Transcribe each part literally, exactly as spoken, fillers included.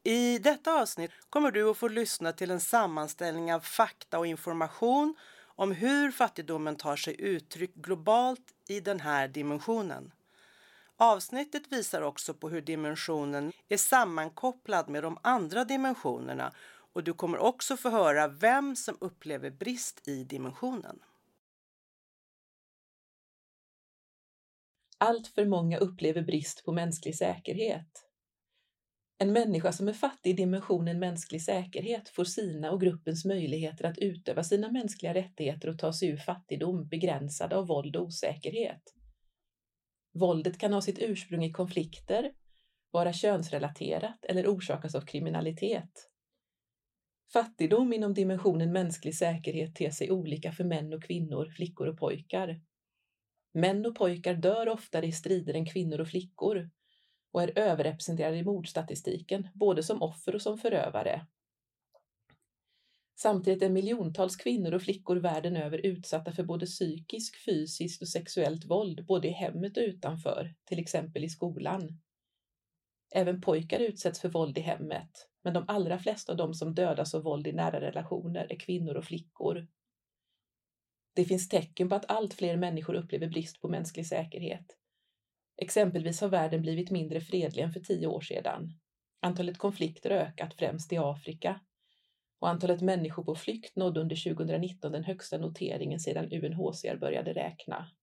I detta avsnitt kommer du att få lyssna till en sammanställning av fakta och information om hur fattigdomen tar sig uttryck globalt i den här dimensionen. Avsnittet visar också på hur dimensionen är sammankopplad med de andra dimensionerna, och du kommer också få höra vem som upplever brist i dimensionen. Allt för många upplever brist på mänsklig säkerhet. En människa som är fattig i dimensionen mänsklig säkerhet får sina och gruppens möjligheter att utöva sina mänskliga rättigheter och ta sig ur fattigdom begränsade av våld och osäkerhet. Våldet kan ha sitt ursprung i konflikter, vara könsrelaterat eller orsakas av kriminalitet. Fattigdom inom dimensionen mänsklig säkerhet ter sig olika för män och kvinnor, flickor och pojkar. Män och pojkar dör oftare i strider än kvinnor och flickor och är överrepresenterade i mordstatistiken, både som offer och som förövare. Samtidigt är miljontals kvinnor och flickor världen över utsatta för både psykisk, fysiskt och sexuellt våld, både i hemmet och utanför, till exempel i skolan. Även pojkar utsätts för våld i hemmet, men de allra flesta av de som dödas av våld i nära relationer är kvinnor och flickor. Det finns tecken på att allt fler människor upplever brist på mänsklig säkerhet. Exempelvis har världen blivit mindre fredlig än för tio år sedan. Antalet konflikter har ökat, främst i Afrika. Och antalet människor på flykt nådde under tjugonitton den högsta noteringen sedan U N H C R började räkna.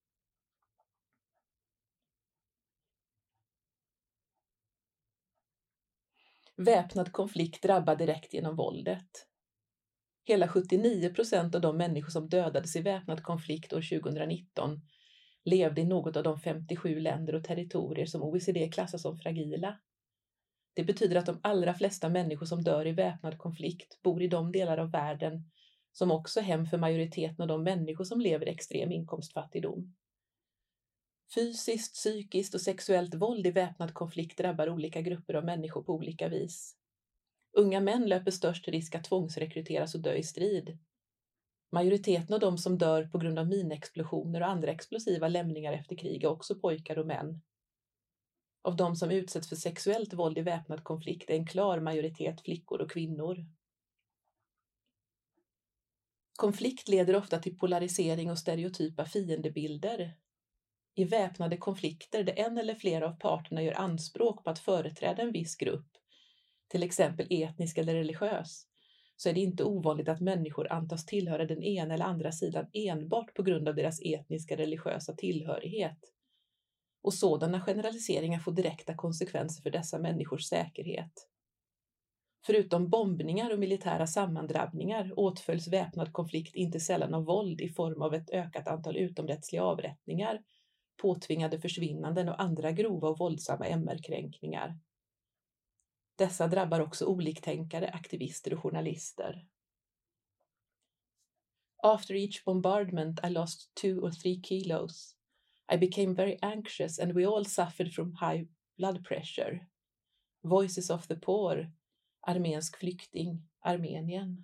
Väpnad konflikt drabbar direkt genom våldet. Hela sjuttionio procent av de människor som dödades i väpnad konflikt år tjugonitton levde i något av de femtiosju länder och territorier som O E C D klassar som fragila. Det betyder att de allra flesta människor som dör i väpnad konflikt bor i de delar av världen som också är hem för majoriteten av de människor som lever i extrem inkomstfattigdom. Fysiskt, psykiskt och sexuellt våld i väpnad konflikt drabbar olika grupper av människor på olika vis. Unga män löper störst risk att tvångsrekryteras och dö i strid. Majoriteten av de som dör på grund av minexplosioner och andra explosiva lämningar efter krig är också pojkar och män. Av de som utsätts för sexuellt våld i väpnad konflikt är en klar majoritet flickor och kvinnor. Konflikt leder ofta till polarisering och stereotypa fiendebilder. I väpnade konflikter där en eller flera av parterna gör anspråk på att företräda en viss grupp, till exempel etnisk eller religiös, så är det inte ovanligt att människor antas tillhöra den ena eller andra sidan enbart på grund av deras etniska religiösa tillhörighet. Och sådana generaliseringar får direkta konsekvenser för dessa människors säkerhet. Förutom bombningar och militära sammandrabbningar åtföljs väpnad konflikt inte sällan av våld i form av ett ökat antal utomrättsliga avrättningar, påtvingade försvinnanden och andra grova och våldsamma M R-kränkningar. Dessa drabbar också oliktänkare, aktivister och journalister. After each bombardment I lost two or three kilos. I became very anxious and we all suffered from high blood pressure. Voices of the Poor, armensk flykting, Armenien.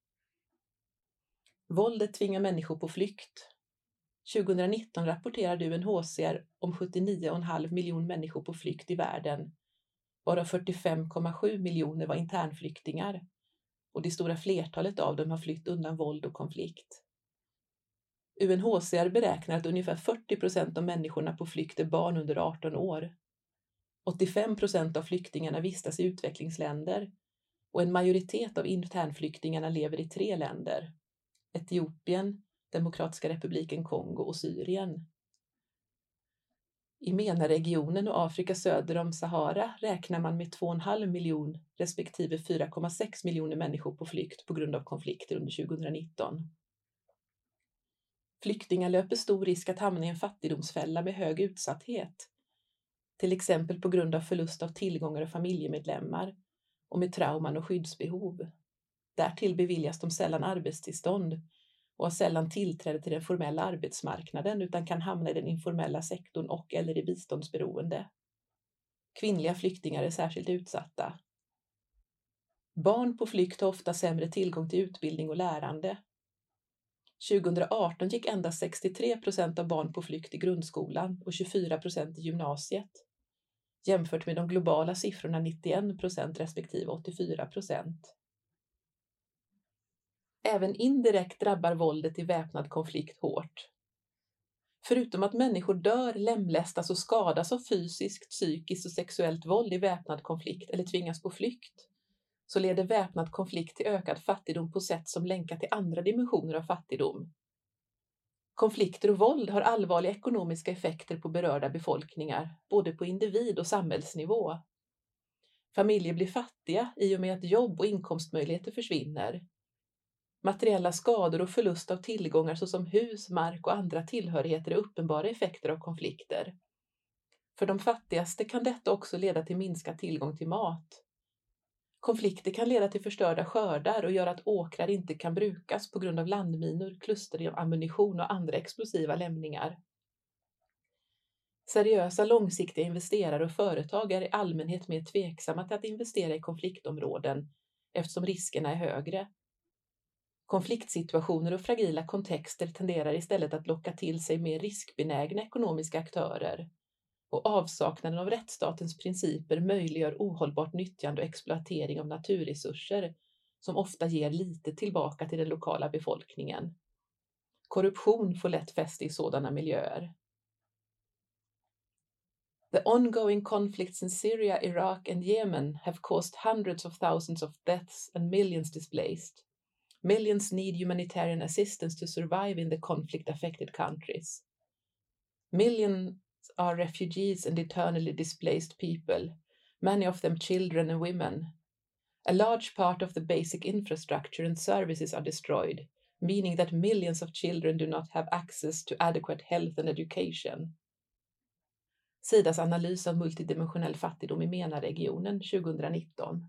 Våldet tvingar människor på flykt. tjugonitton rapporterade U N H C R om sjuttionio komma fem miljoner människor på flykt i världen, varav fyrtiofem komma sju miljoner var internflyktingar, och det stora flertalet av dem har flytt undan våld och konflikt. U N H C R beräknar att ungefär fyrtio procent av människorna på flykt är barn under arton år. åttiofem procent av flyktingarna vistas i utvecklingsländer och en majoritet av internflyktingarna lever i tre länder: Etiopien, Demokratiska republiken Kongo och Syrien. I MENA-regionen och Afrika söder om Sahara räknar man med två komma fem miljoner respektive fyra komma sex miljoner människor på flykt på grund av konflikter under tjugonitton. Flyktingar löper stor risk att hamna i en fattigdomsfälla med hög utsatthet, till exempel på grund av förlust av tillgångar och familjemedlemmar och med trauman och skyddsbehov. Därtill beviljas de sällan arbetstillstånd och har sällan tillträde till den formella arbetsmarknaden utan kan hamna i den informella sektorn och eller i biståndsberoende. Kvinnliga flyktingar är särskilt utsatta. Barn på flykt har ofta sämre tillgång till utbildning och lärande. tjugoarton gick endast sextiotre procent av barn på flykt i grundskolan och tjugofyra procent i gymnasiet. jämfört med de globala siffrorna nittioen procent respektive åttiofyra procent. Även indirekt drabbar våldet i väpnad konflikt hårt. Förutom att människor dör, lemlästas och skadas av fysiskt, psykiskt och sexuellt våld i väpnad konflikt eller tvingas på flykt, så leder väpnad konflikt till ökad fattigdom på sätt som länkar till andra dimensioner av fattigdom. Konflikter och våld har allvarliga ekonomiska effekter på berörda befolkningar, både på individ- och samhällsnivå. Familjer blir fattiga i och med att jobb och inkomstmöjligheter försvinner. Materiella skador och förlust av tillgångar såsom hus, mark och andra tillhörigheter är uppenbara effekter av konflikter. För de fattigaste kan detta också leda till minskad tillgång till mat. Konflikter kan leda till förstörda skördar och göra att åkrar inte kan brukas på grund av landminor, kluster av ammunition och andra explosiva lämningar. Seriösa långsiktiga investerare och företag är i allmänhet mer tveksamma till att investera i konfliktområden eftersom riskerna är högre. Konfliktsituationer och fragila kontexter tenderar istället att locka till sig mer riskbenägna ekonomiska aktörer, och avsaknaden av rättsstatens principer möjliggör ohållbart nyttjande och exploatering av naturresurser som ofta ger lite tillbaka till den lokala befolkningen. Korruption får lätt fäste i sådana miljöer. The ongoing conflicts in Syria, Iraq and Yemen have caused hundreds of thousands of deaths and millions displaced. Millions need humanitarian assistance to survive in the conflict-affected countries. Millions are refugees and internally displaced people, many of them children and women. A large part of the basic infrastructure and services are destroyed, meaning that millions of children do not have access to adequate health and education. Sidas analys av multidimensionell fattigdom i MENA-regionen tjugonitton.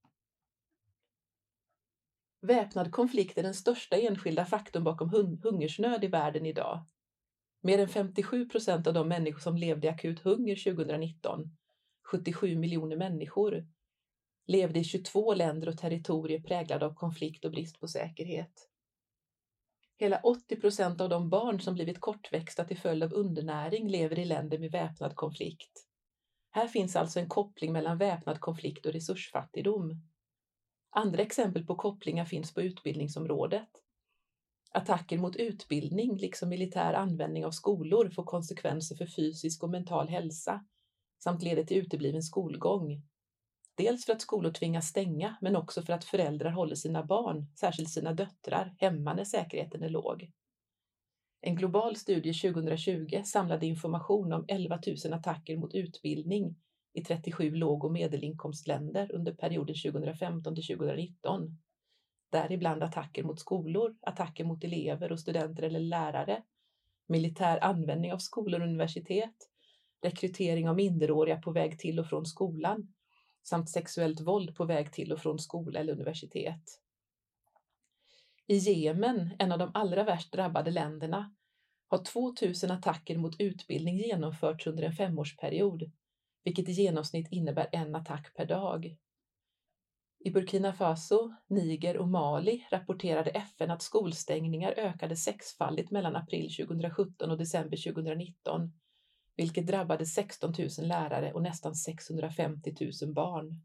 Väpnad konflikt är den största enskilda faktorn bakom hungersnöd i världen idag. Mer än femtiosju procent av de människor som levde i akut hunger tjugonitton, sjuttiosju miljoner människor, levde i tjugotvå länder och territorier präglade av konflikt och brist på säkerhet. Hela åttio procent av de barn som blivit kortväxta till följd av undernäring lever i länder med väpnad konflikt. Här finns alltså en koppling mellan väpnad konflikt och resursfattigdom. Andra exempel på kopplingar finns på utbildningsområdet. Attacker mot utbildning, liksom militär användning av skolor, får konsekvenser för fysisk och mental hälsa samt leder till utebliven skolgång. Dels för att skolor tvingas stänga, men också för att föräldrar håller sina barn, särskilt sina döttrar, hemma när säkerheten är låg. En global studie tjugotjugo samlade information om elva tusen attacker mot utbildning i trettiosju låg- och medelinkomstländer under perioden tjugofemton till tjugonitton. Däribland attacker mot skolor, attacker mot elever och studenter eller lärare, militär användning av skolor och universitet, rekrytering av minderåriga på väg till och från skolan, samt sexuellt våld på väg till och från skola eller universitet. I Jemen, en av de allra värst drabbade länderna, har tvåtusen attacker mot utbildning genomförts under en femårsperiod, vilket i genomsnitt innebär en attack per dag. I Burkina Faso, Niger och Mali rapporterade F N att skolstängningar ökade sexfaldigt mellan april tjugosjutton och december tjugonitton, vilket drabbade sexton tusen lärare och nästan sexhundrafemtio tusen barn.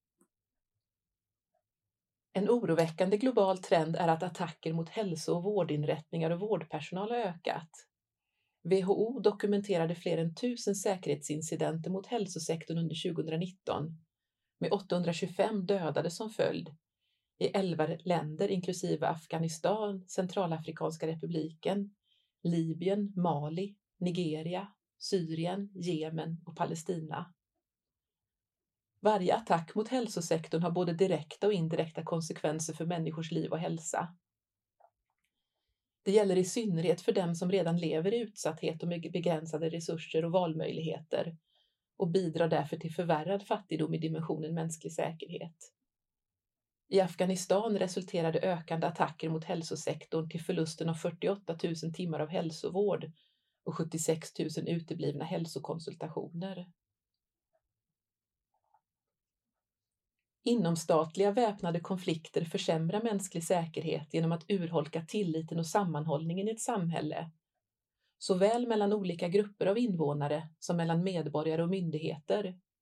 En oroväckande global trend är att attacker mot hälso- och vårdinrättningar och vårdpersonal har ökat. W H O dokumenterade fler än tusen säkerhetsincidenter mot hälsosektorn under tjugonitton, med åttahundratjugofem dödade som följd, i elva länder inklusive Afghanistan, Centralafrikanska republiken, Libyen, Mali, Nigeria, Syrien, Jemen och Palestina. Varje attack mot hälsosektorn har både direkta och indirekta konsekvenser för människors liv och hälsa. Det gäller i synnerhet för dem som redan lever i utsatthet och med begränsade resurser och valmöjligheter och bidrar därför till förvärrad fattigdom i dimensionen mänsklig säkerhet. I Afghanistan resulterade ökande attacker mot hälsosektorn till förlusten av fyrtioåtta tusen timmar av hälsovård och sjuttiosex tusen uteblivna hälsokonsultationer. Inomstatliga väpnade konflikter försämrar mänsklig säkerhet genom att urholka tilliten och sammanhållningen i ett samhälle, såväl mellan olika grupper av invånare som mellan medborgare och myndigheter.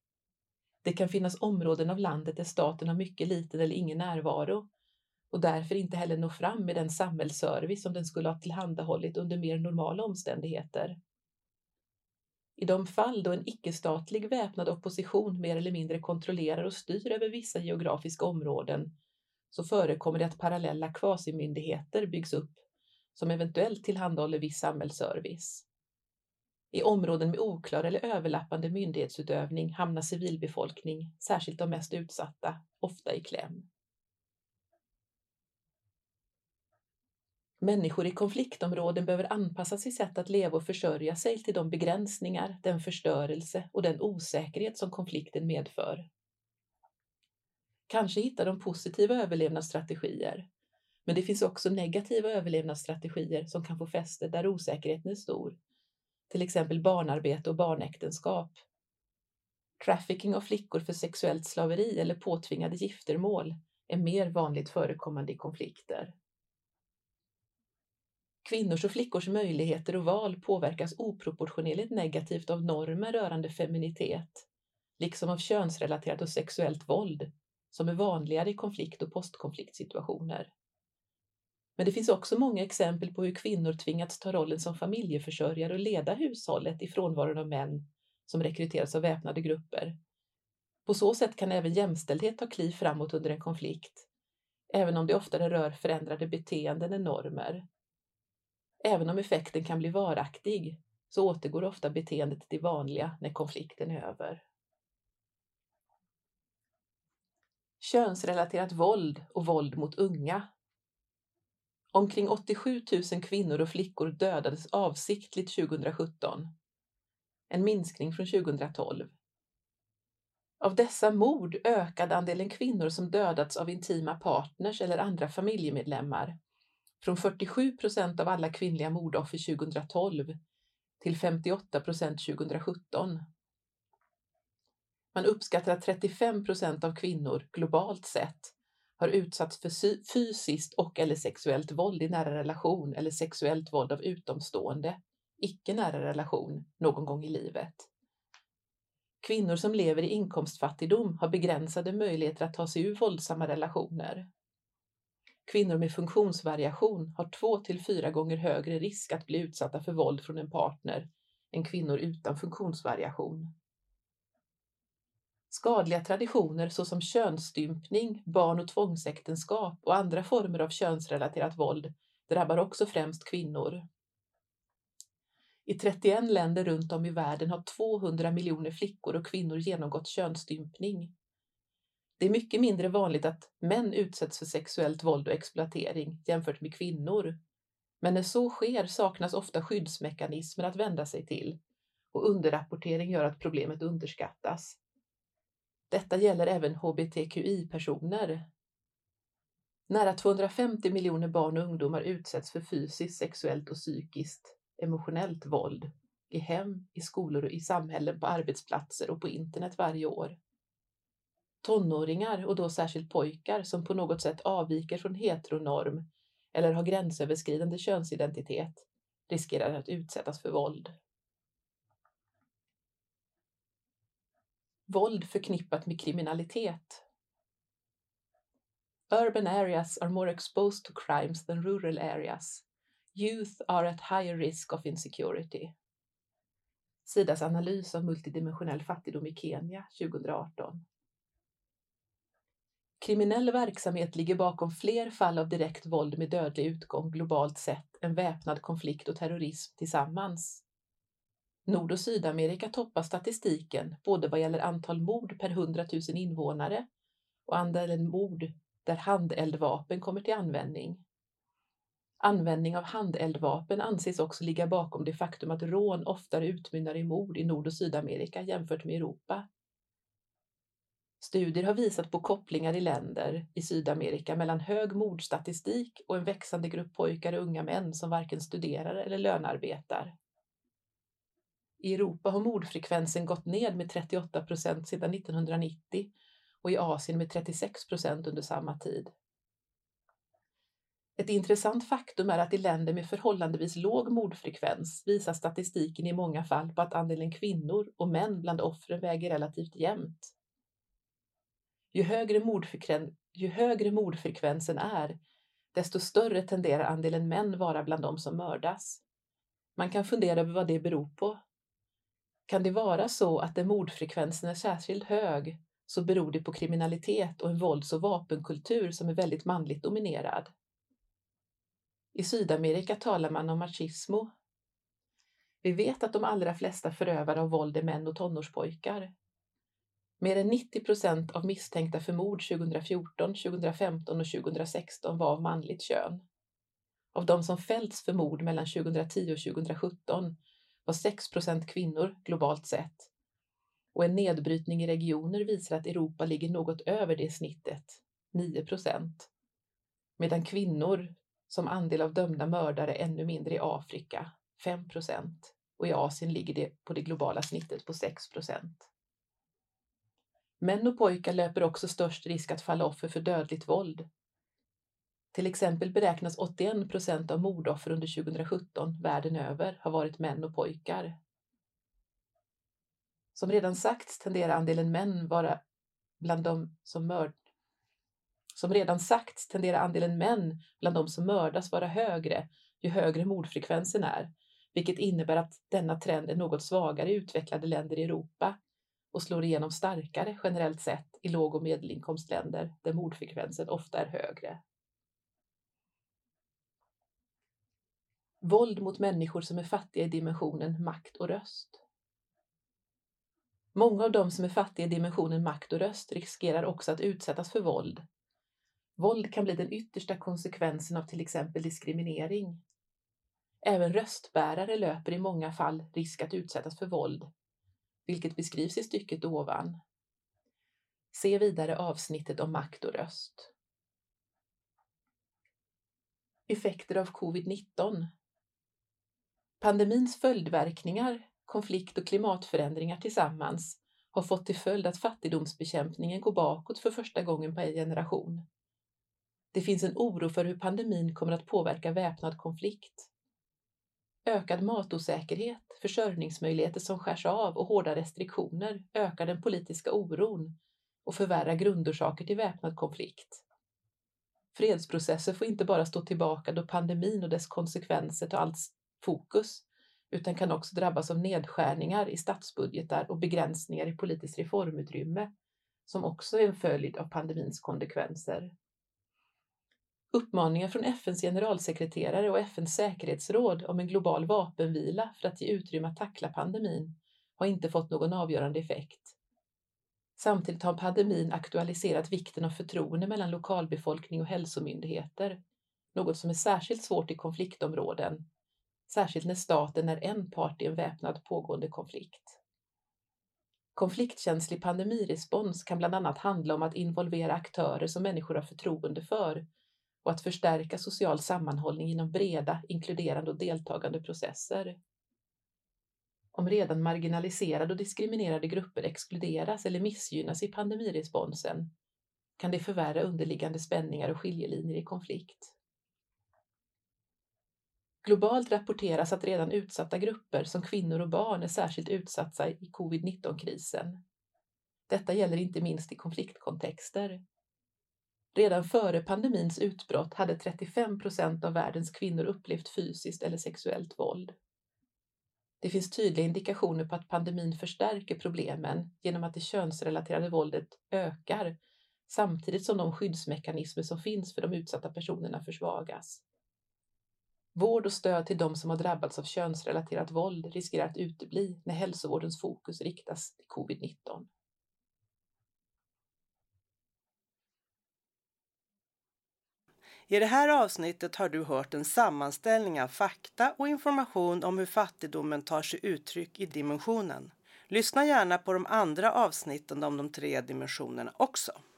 Det kan finnas områden av landet där staten har mycket liten eller ingen närvaro och därför inte heller når fram med den samhällsservice som den skulle ha tillhandahållit under mer normala omständigheter. I de fall då en icke-statlig väpnad opposition mer eller mindre kontrollerar och styr över vissa geografiska områden så förekommer det att parallella kvasimyndigheter byggs upp som eventuellt tillhandahåller viss samhällsservice. I områden med oklar eller överlappande myndighetsutövning hamnar civilbefolkning, särskilt de mest utsatta, ofta i kläm. Människor i konfliktområden behöver anpassa sitt sätt att leva och försörja sig till de begränsningar, den förstörelse och den osäkerhet som konflikten medför. Kanske hittar de positiva överlevnadsstrategier, men det finns också negativa överlevnadsstrategier som kan få fäste där osäkerheten är stor, till exempel barnarbete och barnäktenskap. Trafficking av flickor för sexuellt slaveri eller påtvingade giftermål är mer vanligt förekommande i konflikter. Kvinnors och flickors möjligheter och val påverkas oproportionerligt negativt av normer rörande feminitet, liksom av könsrelaterat och sexuellt våld, som är vanligare i konflikt- och postkonfliktsituationer. Men det finns också många exempel på hur kvinnor tvingats ta rollen som familjeförsörjare och leda hushållet i frånvaron av män som rekryteras av väpnade grupper. På så sätt kan även jämställdhet ta kliv framåt under en konflikt, även om det oftare rör förändrade beteenden än normer. Även om effekten kan bli varaktig så återgår ofta beteendet till det vanliga när konflikten är över. Könsrelaterat våld och våld mot unga. Omkring åttiosju tusen kvinnor och flickor dödades avsiktligt tjugohundrasjutton. En minskning från tjugohundratolv. Av dessa mord ökade andelen kvinnor som dödats av intima partners eller andra familjemedlemmar från fyrtiosju procent av alla kvinnliga mordoffer tjugohundratolv till femtioåtta procent tjugohundrasjutton. Man uppskattar att trettiofem procent av kvinnor globalt sett har utsatts för fysiskt och eller sexuellt våld i nära relation eller sexuellt våld av utomstående, icke nära relation, någon gång i livet. Kvinnor som lever i inkomstfattigdom har begränsade möjligheter att ta sig ur våldsamma relationer. Kvinnor med funktionsvariation har två till fyra gånger högre risk att bli utsatta för våld från en partner än kvinnor utan funktionsvariation. Skadliga traditioner såsom könsstympning, barn- och tvångsäktenskap och andra former av könsrelaterat våld drabbar också främst kvinnor. I trettioett länder runt om i världen har tvåhundra miljoner flickor och kvinnor genomgått könsstympning. Det är mycket mindre vanligt att män utsätts för sexuellt våld och exploatering jämfört med kvinnor. Men när så sker saknas ofta skyddsmekanismer att vända sig till och underrapportering gör att problemet underskattas. Detta gäller även H B T Q I-personer. Nära tvåhundrafemtio miljoner barn och ungdomar utsätts för fysiskt, sexuellt och psykiskt, emotionellt våld i hem, i skolor och i samhällen, på arbetsplatser och på internet varje år. Tonåringar, och då särskilt pojkar som på något sätt avviker från heteronorm eller har gränsöverskridande könsidentitet, riskerar att utsättas för våld. Våld förknippat med kriminalitet. Urban areas are more exposed to crimes than rural areas. Youth are at higher risk of insecurity. Sidas analys av multidimensionell fattigdom i Kenya tjugohundraarton. Kriminell verksamhet ligger bakom fler fall av direkt våld med dödlig utgång globalt sett än väpnad konflikt och terrorism tillsammans. Nord- och Sydamerika toppar statistiken både vad gäller antal mord per hundratusen invånare och andelen mord där handeldvapen kommer till användning. Användning av handeldvapen anses också ligga bakom det faktum att rån oftare utmynnar i mord i Nord- och Sydamerika jämfört med Europa. Studier har visat på kopplingar i länder i Sydamerika mellan hög mordstatistik och en växande grupp pojkar och unga män som varken studerar eller lönearbetar. I Europa har mordfrekvensen gått ned med trettioåtta procent sedan nittonhundranittio och i Asien med trettiosex procent under samma tid. Ett intressant faktum är att i länder med förhållandevis låg mordfrekvens visar statistiken i många fall på att andelen kvinnor och män bland offren väger relativt jämnt. Ju högre, mordfrekven- ju högre mordfrekvensen är, desto större tenderar andelen män vara bland de som mördas. Man kan fundera över vad det beror på. Kan det vara så att där mordfrekvensen är särskilt hög så beror det på kriminalitet och en vålds- och vapenkultur som är väldigt manligt dominerad? I Sydamerika talar man om machismo. Vi vet att de allra flesta förövare av våld är män och tonårspojkar. Mer än nittio procent av misstänkta för mord tjugohundrafjorton, tjugohundrafemton och tjugohundrasexton var av manligt kön. Av de som fällts för mord mellan tjugohundratio och tjugohundrasjutton var sex procent kvinnor globalt sett. Och en nedbrytning i regioner visar att Europa ligger något över det snittet, nio procent. Medan kvinnor som andel av dömda mördare är ännu mindre i Afrika, fem procent. Och i Asien ligger det på det globala snittet på sex procent. Män och pojkar löper också störst risk att falla offer för dödligt våld. Till exempel beräknas åttioen procent av mordoffer under tjugohundrasjutton världen över ha varit män och pojkar. Som redan sagts tenderar andelen män vara bland de som mörd... Som redan sagts tenderar andelen män bland de som mördas vara högre ju högre mordfrekvensen är, vilket innebär att denna trend är något svagare i utvecklade länder i Europa och slår igenom starkare generellt sett i låg- och medelinkomstländer där mordfrekvensen ofta är högre. Våld mot människor som är fattiga i dimensionen makt och röst. Många av de som är fattiga i dimensionen makt och röst riskerar också att utsättas för våld. Våld kan bli den yttersta konsekvensen av till exempel diskriminering. Även röstbärare löper i många fall risk att utsättas för våld, vilket beskrivs i stycket ovan. Se vidare avsnittet om makt och röst. Effekter av covid nitton. Pandemins följdverkningar, konflikt och klimatförändringar tillsammans har fått till följd att fattigdomsbekämpningen går bakåt för första gången på en generation. Det finns en oro för hur pandemin kommer att påverka väpnad konflikt. Ökad matosäkerhet, försörjningsmöjligheter som skärs av och hårda restriktioner ökar den politiska oron och förvärrar grundorsaker till väpnad konflikt. Fredsprocesser får inte bara stå tillbaka då pandemin och dess konsekvenser tar allt fokus, utan kan också drabbas av nedskärningar i statsbudgetar och begränsningar i politiskt reformutrymme, som också är en följd av pandemins konsekvenser. Uppmaningar från F N:s generalsekreterare och F N:s säkerhetsråd om en global vapenvila för att ge utrymme att tackla pandemin har inte fått någon avgörande effekt. Samtidigt har pandemin aktualiserat vikten av förtroende mellan lokalbefolkning och hälsomyndigheter, något som är särskilt svårt i konfliktområden, särskilt när staten är en part i en väpnad pågående konflikt. Konfliktkänslig pandemirespons kan bland annat handla om att involvera aktörer som människor har förtroende för och att förstärka social sammanhållning inom breda, inkluderande och deltagande processer. Om redan marginaliserade och diskriminerade grupper exkluderas eller missgynnas i pandemiresponsen kan det förvärra underliggande spänningar och skiljelinjer i konflikt. Globalt rapporteras att redan utsatta grupper som kvinnor och barn är särskilt utsatta i covid nitton-krisen. Detta gäller inte minst i konfliktkontexter. Redan före pandemins utbrott hade trettiofem procent av världens kvinnor upplevt fysiskt eller sexuellt våld. Det finns tydliga indikationer på att pandemin förstärker problemen genom att det könsrelaterade våldet ökar, samtidigt som de skyddsmekanismer som finns för de utsatta personerna försvagas. Vård och stöd till de som har drabbats av könsrelaterat våld riskerar att utebli när hälsovårdens fokus riktas till covid nitton. I det här avsnittet har du hört en sammanställning av fakta och information om hur fattigdomen tar sig uttryck i dimensionen. Lyssna gärna på de andra avsnitten om de tre dimensionerna också.